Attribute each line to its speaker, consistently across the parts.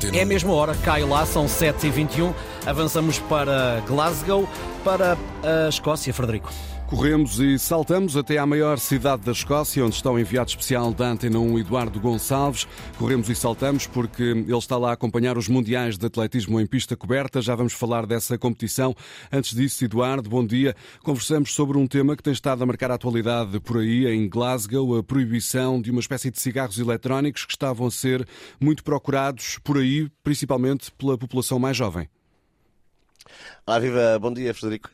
Speaker 1: É a mesma hora, cai lá, são 7h21. Avançamos para Glasgow, para a Escócia, Frederico.
Speaker 2: Corremos e saltamos até à maior cidade da Escócia, onde está o enviado especial da Antena 1, Eduardo Gonçalves. Corremos e saltamos porque ele está lá a acompanhar os mundiais de atletismo em pista coberta. Já vamos falar dessa competição. Antes disso, Eduardo, bom dia. Conversamos sobre um tema que tem estado a marcar a atualidade por aí, em Glasgow, a proibição de uma espécie de cigarros eletrónicos que estavam a ser muito procurados por aí, principalmente pela população mais jovem.
Speaker 3: Olá, viva, bom dia, Frederico.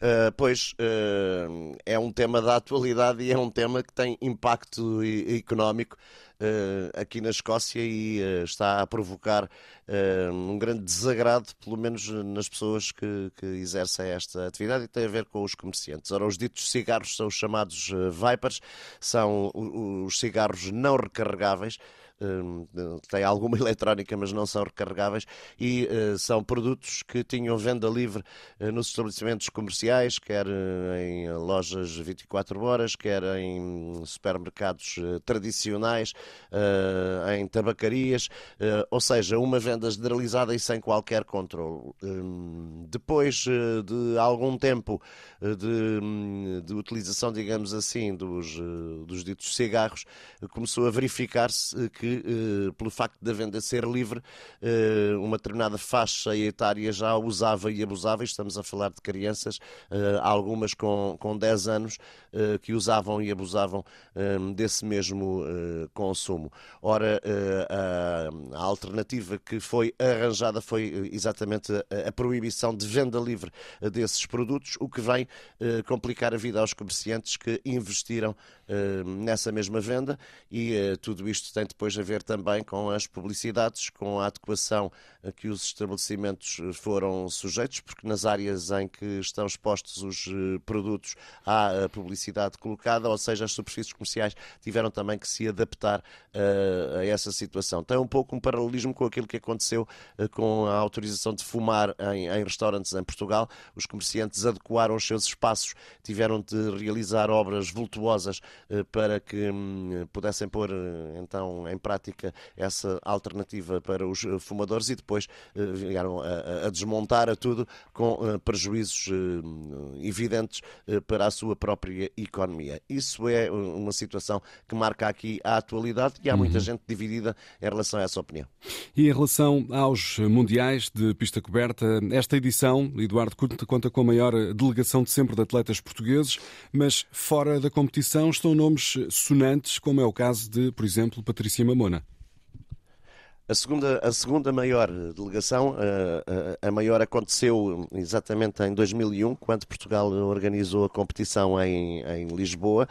Speaker 3: É um tema da atualidade e é um tema que tem impacto económico aqui na Escócia e está a provocar um grande desagrado, pelo menos nas pessoas que exercem esta atividade, e tem a ver com os comerciantes. Ora, os ditos cigarros são os chamados Vipers, são os cigarros não recarregáveis. Têm alguma eletrónica, mas não são recarregáveis, e são produtos que tinham venda livre nos estabelecimentos comerciais, quer em lojas 24 horas, quer em supermercados tradicionais, em tabacarias, ou seja, uma venda generalizada e sem qualquer controle. Depois de algum tempo de utilização, digamos assim, dos ditos cigarros, começou a verificar-se que, pelo facto da venda ser livre, uma determinada faixa etária já usava e abusava. Estamos a falar de crianças, algumas com 10 anos, que usavam e abusavam desse mesmo consumo. Ora, a alternativa que foi arranjada foi exatamente a proibição de venda livre desses produtos, o que vem complicar a vida aos comerciantes que investiram nessa mesma venda, e tudo isto tem depois a ver também com as publicidades, com a adequação a que os estabelecimentos foram sujeitos, porque nas áreas em que estão expostos os produtos há publicidade colocada, ou seja, as superfícies comerciais tiveram também que se adaptar a essa situação. Tem um pouco um paralelismo com aquilo que aconteceu com a autorização de fumar em restaurantes em Portugal. Os comerciantes adequaram os seus espaços, tiveram de realizar obras vultuosas para que pudessem pôr então em prática essa alternativa para os fumadores, e depois vieram a desmontar a tudo com prejuízos evidentes para a sua própria economia. Isso é uma situação que marca aqui a atualidade, e há muita gente dividida em relação a essa opinião.
Speaker 2: E em relação aos mundiais de pista coberta, esta edição, Eduardo, conta com a maior delegação de sempre de atletas portugueses, mas fora da competição estão nomes sonantes, como é o caso de, por exemplo, Patrícia Mamona.
Speaker 3: A segunda maior delegação, a maior aconteceu exatamente em 2001, quando Portugal organizou a competição em Lisboa,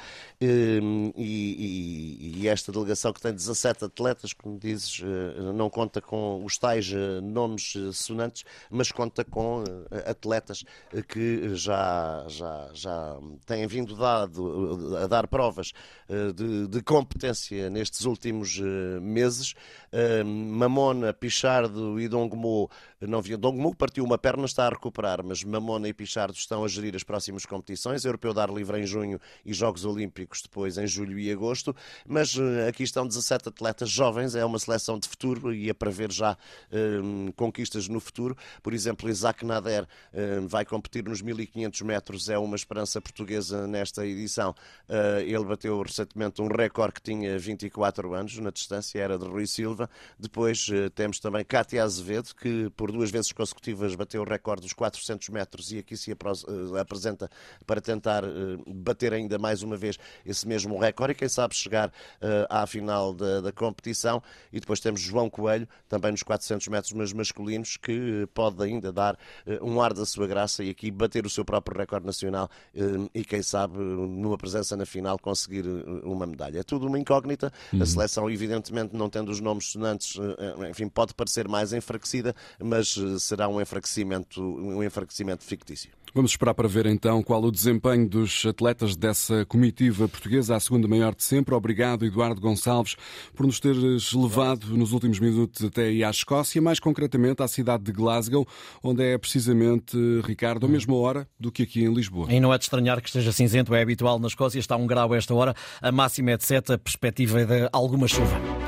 Speaker 3: e esta delegação, que tem 17 atletas, como dizes, não conta com os tais nomes sonantes, mas conta com atletas que já têm vindo a dar provas de competência nestes últimos meses. Mamona, Pichardo e Dongmo, Dongmo partiu uma perna, está a recuperar, mas Mamona e Pichardo estão a gerir as próximas competições, Europeu de Ar Livre em junho e Jogos Olímpicos depois em julho e agosto, mas aqui estão 17 atletas jovens, é uma seleção de futuro e a prever já conquistas no futuro. Por exemplo, Isaac Nader vai competir nos 1500 metros, é uma esperança portuguesa nesta edição. Ele bateu recentemente um recorde que tinha 24 anos na distância, era de Rui Silva. Depois temos também Cátia Azevedo, que por 2 vezes consecutivas bateu o recorde dos 400 metros e aqui se apresenta para tentar bater ainda mais uma vez esse mesmo recorde e quem sabe chegar à final da competição. E depois temos João Coelho, também nos 400 metros, mas masculinos, que pode ainda dar um ar da sua graça e aqui bater o seu próprio recorde nacional e quem sabe numa presença na final conseguir uma medalha. É tudo uma incógnita. A seleção, evidentemente, não tendo os nomes sonantes, enfim, pode parecer mais enfraquecida, mas será um enfraquecimento fictício.
Speaker 2: Vamos esperar para ver então qual o desempenho dos atletas dessa comitiva portuguesa, a segunda maior de sempre. Obrigado, Eduardo Gonçalves, por nos teres levado nos últimos minutos até aí à Escócia, mais concretamente à cidade de Glasgow, onde é precisamente, Ricardo, a mesma hora do que aqui em Lisboa.
Speaker 1: E não é de estranhar que esteja cinzento, é habitual na Escócia, está a 1 grau a esta hora, a máxima é de 7, a perspectiva é de alguma chuva.